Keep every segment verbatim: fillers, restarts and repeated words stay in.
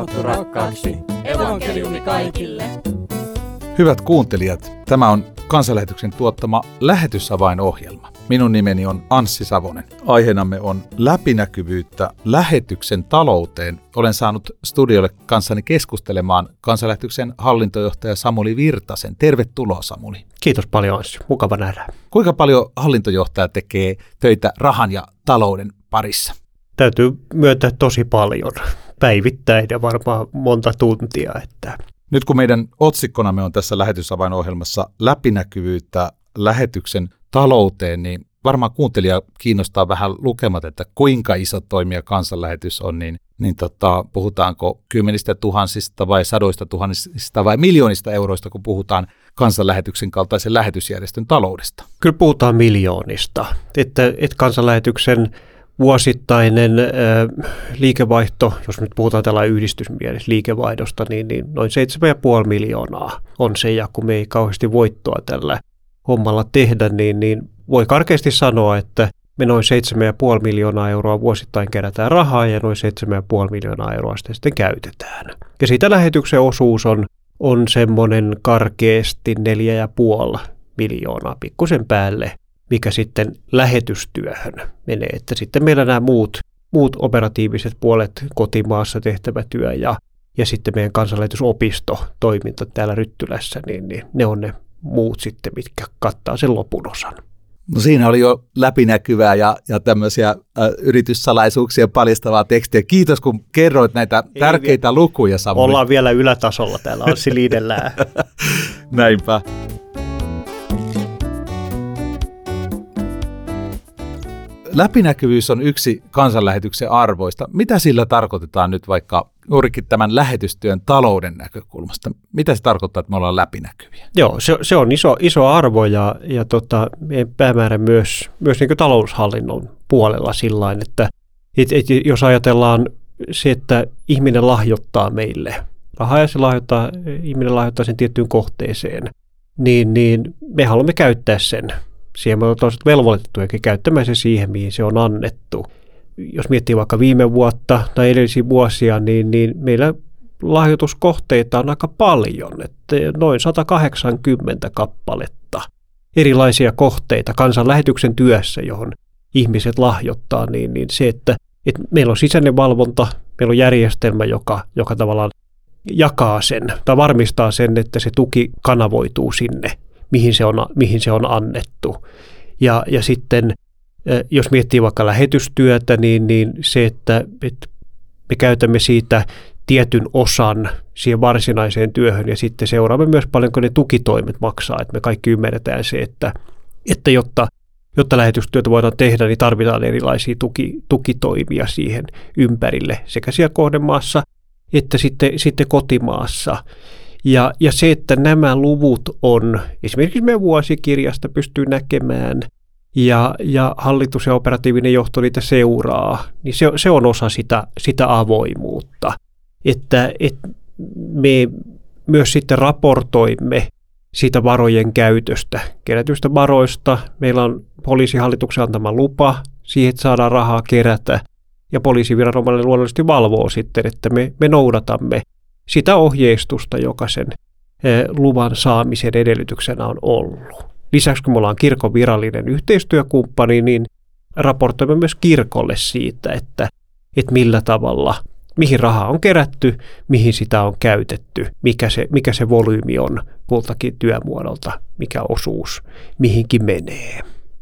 Raamattu rakkaaksi. Evankeliumi kaikille. Hyvät kuuntelijat, tämä on Kansanlähetyksen tuottama lähetysavainohjelma. Minun nimeni on Anssi Savonen. Aiheenamme on läpinäkyvyyttä lähetyksen talouteen. Olen saanut studiolle kanssani keskustelemaan Kansanlähetyksen hallintojohtaja Samuli Virtasen. Tervetuloa, Samuli. Kiitos paljon, Anssi. Mukava nähdä. Kuinka paljon hallintojohtaja tekee töitä rahan ja talouden parissa? Täytyy myöntää tosi paljon. Päivittäin ja varmaan monta tuntia. Että... Nyt kun meidän otsikkonamme on tässä lähetysavainohjelmassa läpinäkyvyyttä lähetyksen talouteen, niin varmaan kuuntelija kiinnostaa vähän lukemat, että kuinka iso toimija Kansanlähetys on, niin, niin tota, puhutaanko kymmenistä tuhansista vai sadoista tuhansista vai miljoonista euroista, kun puhutaan Kansanlähetyksen kaltaisen lähetysjärjestön taloudesta? Kyllä puhutaan miljoonista, että, että Kansanlähetyksen vuosittainen äh, liikevaihto, jos nyt puhutaan tällainen yhdistysmielessä liikevaihdosta, niin, niin noin seitsemän pilkku viisi miljoonaa on se, ja kun me ei kauheasti voittoa tällä hommalla tehdä, niin, niin voi karkeasti sanoa, että me noin seitsemän pilkku viisi miljoonaa euroa vuosittain kerätään rahaa, ja noin seitsemän pilkku viisi miljoonaa euroa sitten, sitten käytetään. Ja siitä lähetyksen osuus on, on semmoinen karkeasti neljä pilkku viisi miljoonaa pikkusen päälle, mikä sitten lähetystyöhön menee. Että sitten meillä nämä muut, muut operatiiviset puolet, kotimaassa tehtävä työ ja, ja sitten meidän kansanlähetysopistotoiminta täällä Ryttylässä, niin, niin ne on ne muut sitten, mitkä kattaa sen lopun osan. No siinä oli jo läpinäkyvää ja, ja tämmöisiä äh, yrityssalaisuuksia paljastavaa tekstiä. Kiitos, kun kerroit näitä Ei, tärkeitä vi- lukuja, Samuli. Ollaan vielä ylätasolla täällä, Anssi liidellään. Näinpä. Läpinäkyvyys on yksi Kansanlähetyksen arvoista. Mitä sillä tarkoitetaan nyt vaikka juurikin tämän lähetystyön talouden näkökulmasta? Mitä se tarkoittaa, että me ollaan läpinäkyviä? Joo, se, se on iso, iso arvo ja, ja tota, meidän päämäärä myös, myös niin kuin taloushallinnon puolella sillain, että et, et, jos ajatellaan se, että ihminen lahjoittaa meille rahaa ja se lahjoittaa, ihminen lahjoittaa sen tiettyyn kohteeseen, niin, niin me haluamme käyttää sen. Siihen me ollaan velvoitettu eikä käyttämään se siihen, mihin se on annettu. Jos miettii vaikka viime vuotta tai edellisiä vuosia, niin, niin meillä lahjoituskohteita on aika paljon, että noin sata kahdeksankymmentä kappaletta erilaisia kohteita Kansanlähetyksen työssä, johon ihmiset lahjoittaa, niin, niin se, että, että meillä on sisäinen valvonta, meillä on järjestelmä, joka, joka tavallaan jakaa sen tai varmistaa sen, että se tuki kanavoituu sinne, mihin se on, mihin se on annettu. Ja, ja sitten, jos miettii vaikka lähetystyötä, niin, niin se, että, että me käytämme siitä tietyn osan siihen varsinaiseen työhön ja sitten seuraamme myös paljonko ne tukitoimet maksaa. Että me kaikki ymmärretään se, että, että jotta, jotta lähetystyötä voidaan tehdä, niin tarvitaan erilaisia tuki, tukitoimia siihen ympärille sekä siellä kohdemaassa että sitten, sitten kotimaassa. Ja, ja se, että nämä luvut on, esimerkiksi meidän vuosikirjasta pystyy näkemään ja, ja hallitus ja operatiivinen johto niitä seuraa, niin se, se on osa sitä, sitä avoimuutta. Että, että me myös sitten raportoimme siitä varojen käytöstä, kerätyistä varoista. Meillä on poliisihallituksen antama lupa siihen, että saadaan rahaa kerätä ja poliisiviranomainen luonnollisesti valvoo sitten, että me, me noudatamme sitä ohjeistusta, joka sen luvan saamisen edellytyksenä on ollut. Lisäksi kun me ollaan kirkon virallinen yhteistyökumppani, niin raportoimme myös kirkolle siitä, että, että millä tavalla, mihin rahaa on kerätty, mihin sitä on käytetty, mikä se, mikä se volyymi on kultakin työmuodolta, mikä osuus mihinkin menee.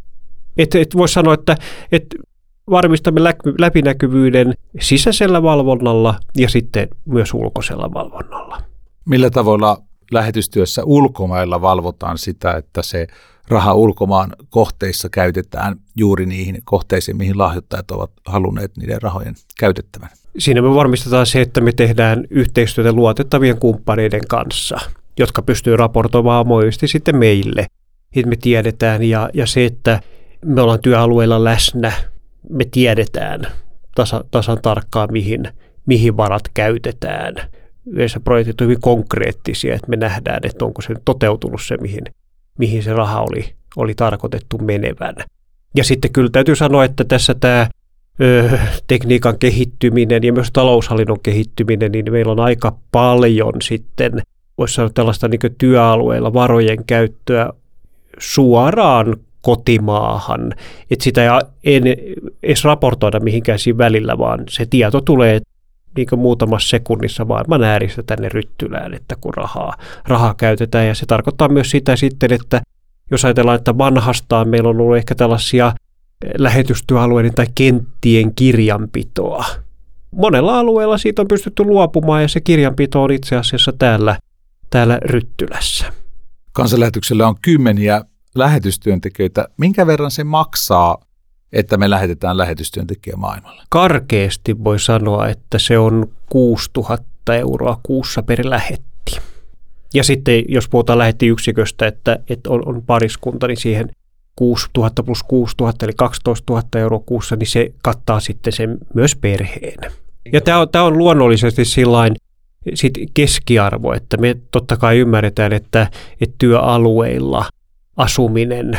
Et, et voisi sanoa, että et varmistamme läpinäkyvyyden sisäisellä valvonnalla ja sitten myös ulkoisella valvonnalla. Millä tavoilla lähetystyössä ulkomailla valvotaan sitä, että se raha ulkomaan kohteissa käytetään juuri niihin kohteisiin, mihin lahjoittajat ovat halunneet niiden rahojen käytettävän? Siinä me varmistetaan se, että me tehdään yhteistyötä luotettavien kumppaneiden kanssa, jotka pystyy raportoimaan avoimesti sitten meille. Että me tiedetään ja, ja se, että me ollaan työalueella läsnä, me tiedetään tasa, tasan tarkkaan, mihin, mihin varat käytetään. Yleensä projektit on hyvin konkreettisia, että me nähdään, että onko se toteutunut se, mihin, mihin se raha oli, oli tarkoitettu menevän. Ja sitten kyllä täytyy sanoa, että tässä tämä ö, tekniikan kehittyminen ja myös taloushallinnon kehittyminen, niin meillä on aika paljon sitten, voisi sanoa tällaista niin kuin työalueilla varojen käyttöä suoraan kotimaahan, että sitä ei edes raportoida mihinkään siinä välillä, vaan se tieto tulee niin kuin muutamassa sekunnissa maailman ääristä tänne Ryttylään, että kun rahaa, rahaa käytetään. Ja se tarkoittaa myös sitä sitten, että jos ajatellaan, että vanhastaan meillä on ollut ehkä tällaisia lähetystyöalueiden tai kenttien kirjanpitoa. Monella alueella siitä on pystytty luopumaan ja se kirjanpito on itse asiassa täällä, täällä Ryttylässä. Kansanlähetyksellä on kymmeniä lähetystyöntekijöitä. Minkä verran se maksaa, että me lähetetään lähetystyöntekijä maailmalle? Karkeasti voi sanoa, että se on kuusituhatta euroa kuussa per lähetti. Ja sitten jos puhutaan lähettiyksiköstä, että, että on, on pariskunta, niin siihen kuusituhatta plus kuusituhatta eli kaksitoistatuhatta euroa kuussa, niin se kattaa sitten sen myös perheen. Ja tämä on, tämä on luonnollisesti sillain sit keskiarvo, että me totta kai ymmärretään, että, että työalueilla asuminen,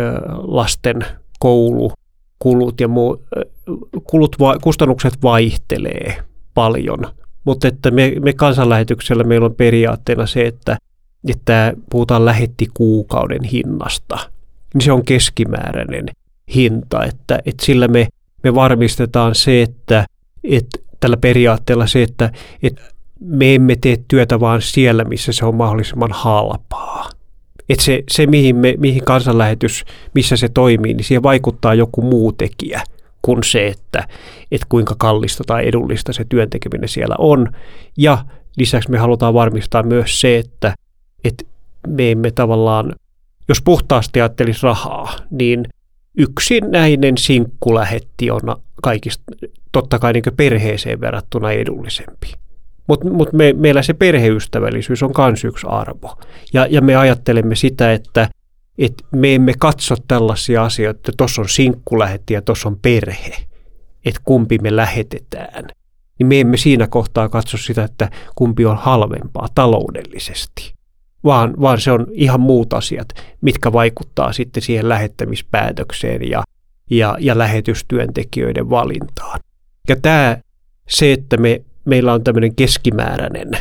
lasten koulu, kulut ja muu, kulut, kustannukset vaihtelee paljon, mutta että me, me kansanlähetyksellä meillä on periaatteena se, että, että puhutaan lähettikuukauden hinnasta, niin se on keskimääräinen hinta, että, että sillä me, me varmistetaan se, että, että tällä periaatteella se, että, että me emme tee työtä vaan siellä, missä se on mahdollisimman halpaa. Että se, se mihin, me, mihin kansanlähetys, missä se toimii, niin siihen vaikuttaa joku muu tekijä kuin se, että, että kuinka kallista tai edullista se työntekeminen siellä on. Ja lisäksi me halutaan varmistaa myös se, että, että me emme tavallaan, jos puhtaasti ajattelisi rahaa, niin yksinäinen sinkkulähetti on kaikista totta kai niin kuin perheeseen verrattuna edullisempi. Mutta mut me, meillä se perheystävällisyys on myös yksi arvo. Ja, ja me ajattelemme sitä, että et me emme katso tällaisia asioita, että tuossa on sinkkulähetti ja tuossa on perhe, että kumpi me lähetetään. Niin me emme siinä kohtaa katso sitä, että kumpi on halvempaa taloudellisesti, vaan, vaan se on ihan muut asiat, mitkä vaikuttaa sitten siihen lähettämispäätökseen ja, ja, ja lähetystyöntekijöiden valintaan. Ja tämä, se, että me meillä on tämmöinen keskimääräinen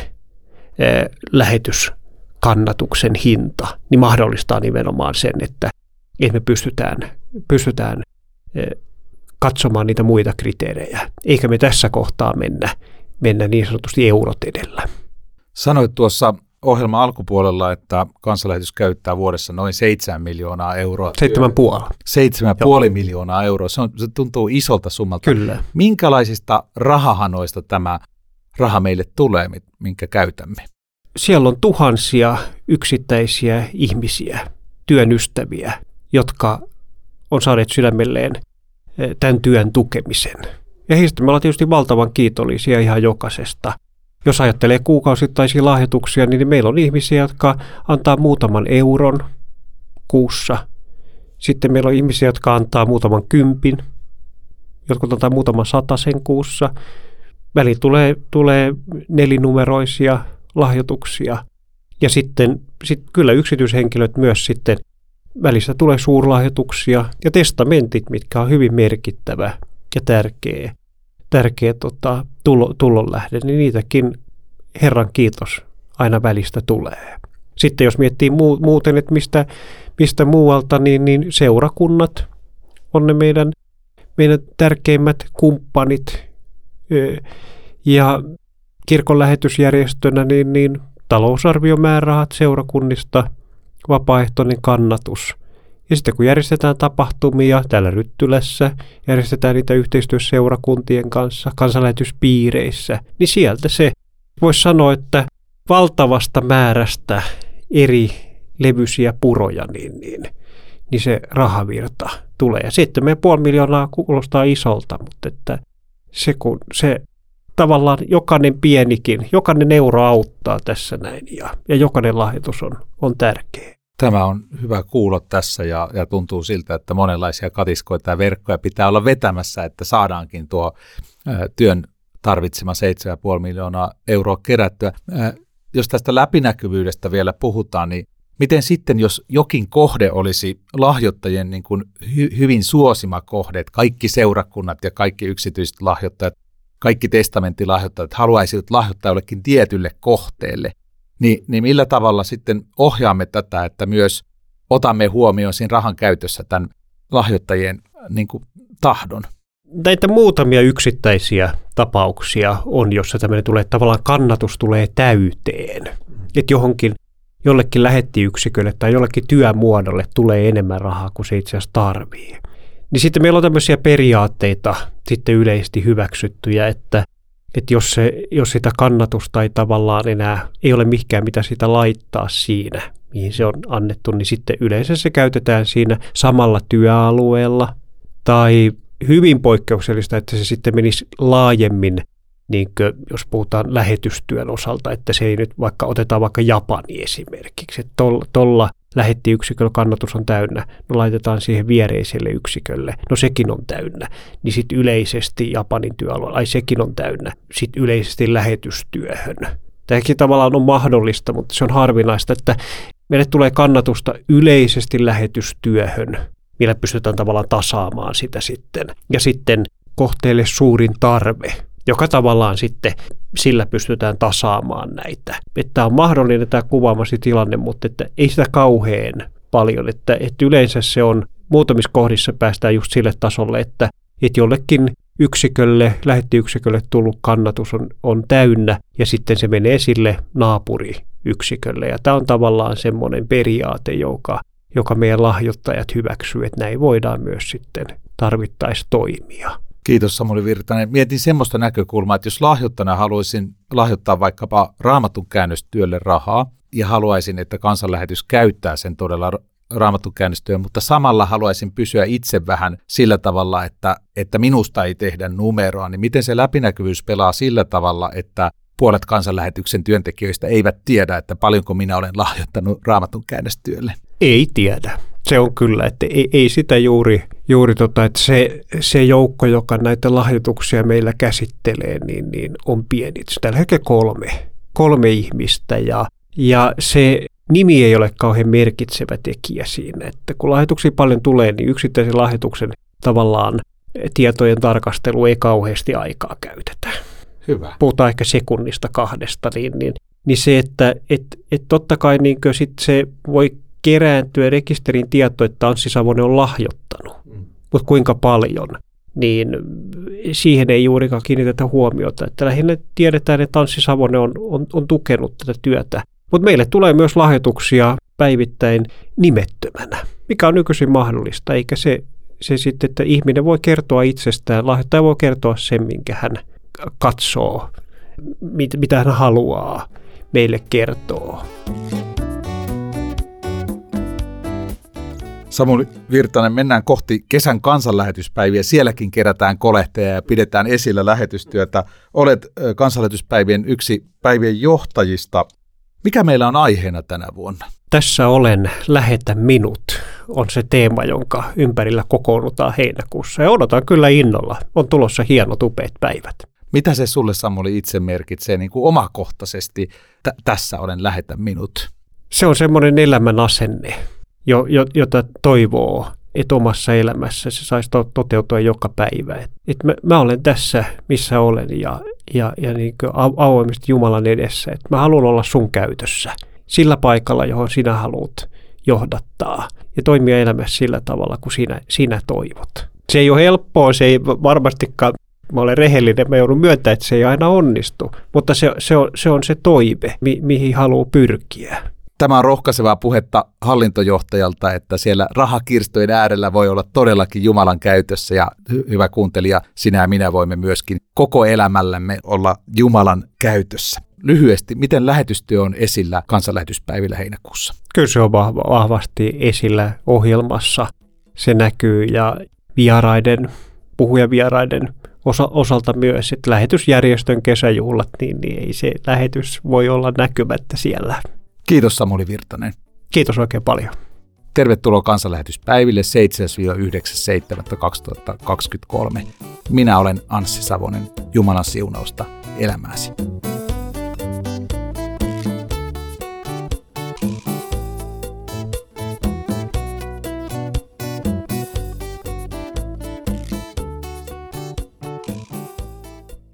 eh, lähetyskannatuksen hinta, niin mahdollistaa nimenomaan sen, että, että me pystytään, pystytään eh, katsomaan niitä muita kriteerejä, eikä me tässä kohtaa mennä, mennä niin sanotusti eurot edellä. Sanoit tuossa ohjelman alkupuolella, että kansanlähetys käyttää vuodessa noin seitsemän miljoonaa euroa. Seitsemän puolella. Seitsemän puoli miljoonaa euroa. Se, on, se tuntuu isolta summalta. Kyllä. Minkälaisista rahahanoista tämä raha meille tulee, minkä käytämme? Siellä on tuhansia yksittäisiä ihmisiä, työn ystäviä, jotka on saaneet sydämelleen tämän työn tukemisen. Ja heistä me ollaan tietysti valtavan kiitollisia ihan jokaisesta. Jos ajattelee kuukausittaisia lahjoituksia, niin meillä on ihmisiä, jotka antaa muutaman euron kuussa. Sitten meillä on ihmisiä, jotka antaa muutaman kympin, jotkut antaa muutaman satasen kuussa. Väliin tulee, tulee nelinumeroisia lahjoituksia. Ja sitten sit kyllä yksityishenkilöt myös sitten välissä tulee suurlahjoituksia ja testamentit, mitkä on hyvin merkittävä ja tärkeä. tärkeä tota, tulo, tulonlähde, niin niitäkin Herran kiitos aina välistä tulee. Sitten jos miettii muu, muuten, että mistä, mistä muualta, niin, niin seurakunnat on ne meidän, meidän tärkeimmät kumppanit. Ja kirkon lähetysjärjestönä niin, niin talousarviomäärärahat seurakunnista, vapaaehtoinen kannatus. Ja sitten kun järjestetään tapahtumia täällä Ryttylässä, järjestetään niitä yhteistyöseurakuntien kanssa, kansanlähetyspiireissä, niin sieltä se voisi sanoa, että valtavasta määrästä eri levyisiä puroja, niin, niin, niin se rahavirta tulee. Ja seitsemän pilkku viisi miljoonaa kuulostaa isolta, mutta että se, kun se tavallaan jokainen pienikin, jokainen euro auttaa tässä näin ja, ja jokainen lahjoitus on, on tärkeä. Tämä on hyvä kuulla tässä ja, ja tuntuu siltä, että monenlaisia katiskoita ja verkkoja pitää olla vetämässä, että saadaankin tuo ä, työn tarvitsema seitsemän pilkku viisi miljoonaa euroa kerättyä. Ä, jos tästä läpinäkyvyydestä vielä puhutaan, niin Miten sitten, jos jokin kohde olisi lahjoittajien niin kuin hy- hyvin suosima kohde, että kaikki seurakunnat ja kaikki yksityiset lahjoittajat, kaikki testamenttilahjoittajat haluaisivat lahjoittaa jollekin tietylle kohteelle, niin, niin millä tavalla sitten ohjaamme tätä, että myös otamme huomioon siinä rahan käytössä tämän lahjoittajien niin kuin tahdon? Näitä muutamia yksittäisiä tapauksia on, jossa tämmöinen tulee, tavallaan kannatus tulee täyteen. Että johonkin, jollekin lähettiyksikölle tai jollekin työmuodolle tulee enemmän rahaa kuin se itse asiassa tarvii. Niin sitten meillä on tämmöisiä periaatteita sitten yleisesti hyväksyttyjä, että, että jos, se, jos sitä kannatusta ei tavallaan enää, ei ole mihinkään mitä sitä laittaa siinä, mihin se on annettu, niin sitten yleensä se käytetään siinä samalla työalueella tai hyvin poikkeuksellista, että se sitten menisi laajemmin, niin kuin jos puhutaan lähetystyön osalta, että se ei nyt vaikka, otetaan vaikka Japani esimerkiksi, että tuolla lähettiyksiköllä kannatus on täynnä, no laitetaan siihen viereiselle yksikölle, no sekin on täynnä, niin sitten yleisesti Japanin työalueella, ai sekin on täynnä, sitten yleisesti lähetystyöhön. Tämäkin tavallaan on mahdollista, mutta se on harvinaista, että meille tulee kannatusta yleisesti lähetystyöhön, millä pystytään tavallaan tasaamaan sitä sitten. Ja sitten kohteelle suurin tarve, joka tavallaan sitten sillä pystytään tasaamaan näitä. Että on mahdollinen tämä kuvaamasi tilanne, mutta että ei sitä kauhean paljon. Että, että yleensä se on, muutamissa kohdissa päästään just sille tasolle, että, että jollekin yksikölle, lähettiyksikölle tullut kannatus on, on täynnä ja sitten se menee sille naapuriyksikölle. Ja tämä on tavallaan semmoinen periaate, joka joka meidän lahjoittajat hyväksyy, että näin voidaan myös sitten tarvittaisi toimia. Kiitos Samuli Virtanen. Mietin semmoista näkökulmaa, että jos lahjoittajana haluaisin lahjoittaa vaikkapa Raamatun käännöstyölle rahaa ja haluaisin, että kansanlähetys käyttää sen todella Raamatun käännöstyöön, mutta samalla haluaisin pysyä itse vähän sillä tavalla, että, että minusta ei tehdä numeroa, niin miten se läpinäkyvyys pelaa sillä tavalla, että puolet kansanlähetyksen työntekijöistä eivät tiedä, että paljonko minä olen lahjoittanut Raamatun käännöstyölle? Ei tiedä. Se on kyllä, että ei, ei sitä juuri, juuri tota, että se, se joukko, joka näitä lahjoituksia meillä käsittelee, niin, niin on pieni. Tällä hetkellä kolme, kolme ihmistä ja, ja se nimi ei ole kauhean merkitsevä tekijä siinä, että kun lahjoituksia paljon tulee, niin yksittäisen lahjoituksen tavallaan tietojen tarkastelu ei kauheasti aikaa käytetä. Hyvä. Puhutaan ehkä sekunnista kahdesta, niin, niin, niin se, että et, et totta kai niin sit se voi kerääntyä rekisterin tieto, että Anssi Savonen on lahjoittanut, mm. mutta kuinka paljon, niin siihen ei juurikaan kiinnitetä huomiota. Että lähinnä tiedetään, että Anssi Savonen on, on, on tukenut tätä työtä, mutta meille tulee myös lahjoituksia päivittäin nimettömänä, mikä on nykyisin mahdollista, eikä se, se sitten, että ihminen voi kertoa itsestään, lahjoittaja voi kertoa sen, minkä hän katsoo, mit, mitä hän haluaa meille kertoa. Samuli Virtanen, mennään kohti kesän kansanlähetyspäiviä. Sielläkin kerätään kolehteja ja pidetään esillä lähetystyötä. Olet kansanlähetyspäivien yksi päivien johtajista. Mikä meillä on aiheena tänä vuonna? Tässä olen, lähetä minut, on se teema, jonka ympärillä kokoonnutaan heinäkuussa. Ja odotan kyllä innolla. On tulossa hienot, upeat päivät. Mitä se sulle, Samuli, itse merkitsee niin kuin omakohtaisesti? T- tässä olen, lähetä minut. Se on semmoinen elämän asenne, jo, jo, jota toivoo, että omassa elämässä se saisi to- toteutua joka päivä. Et, et mä, mä olen tässä, missä olen ja, ja, ja niin kuin avoimesti Jumalan edessä. Et mä haluan olla sun käytössä sillä paikalla, johon sinä haluat johdattaa ja toimia elämässä sillä tavalla, kuin sinä, sinä toivot. Se ei ole helppoa, se ei varmastikaan, mä olen rehellinen, mä joudun myöntämään, että se ei aina onnistu, mutta se, se, on, se on se toive, mi, mihin haluaa pyrkiä. Tämä on rohkaisevaa puhetta hallintojohtajalta, että siellä rahakirstojen äärellä voi olla todellakin Jumalan käytössä ja hy- hyvä kuuntelija, sinä ja minä voimme myöskin koko elämällämme olla Jumalan käytössä. Lyhyesti, miten lähetystyö on esillä kansanlähetyspäivillä heinäkuussa? Kyllä se on vahva, vahvasti esillä ohjelmassa. Se näkyy ja vieraiden, puhujavieraiden osa, osalta myös, että lähetysjärjestön kesäjuhlat, niin, niin ei se lähetys voi olla näkymättä siellä. Kiitos Samuli Virtanen. Kiitos oikein paljon. Tervetuloa kansanlähetyspäiville seitsemäs yhdeksäs seitsemättä kaksituhattakaksikymmentäkolme. Minä olen Anssi Savonen. Jumalan siunausta elämääsi.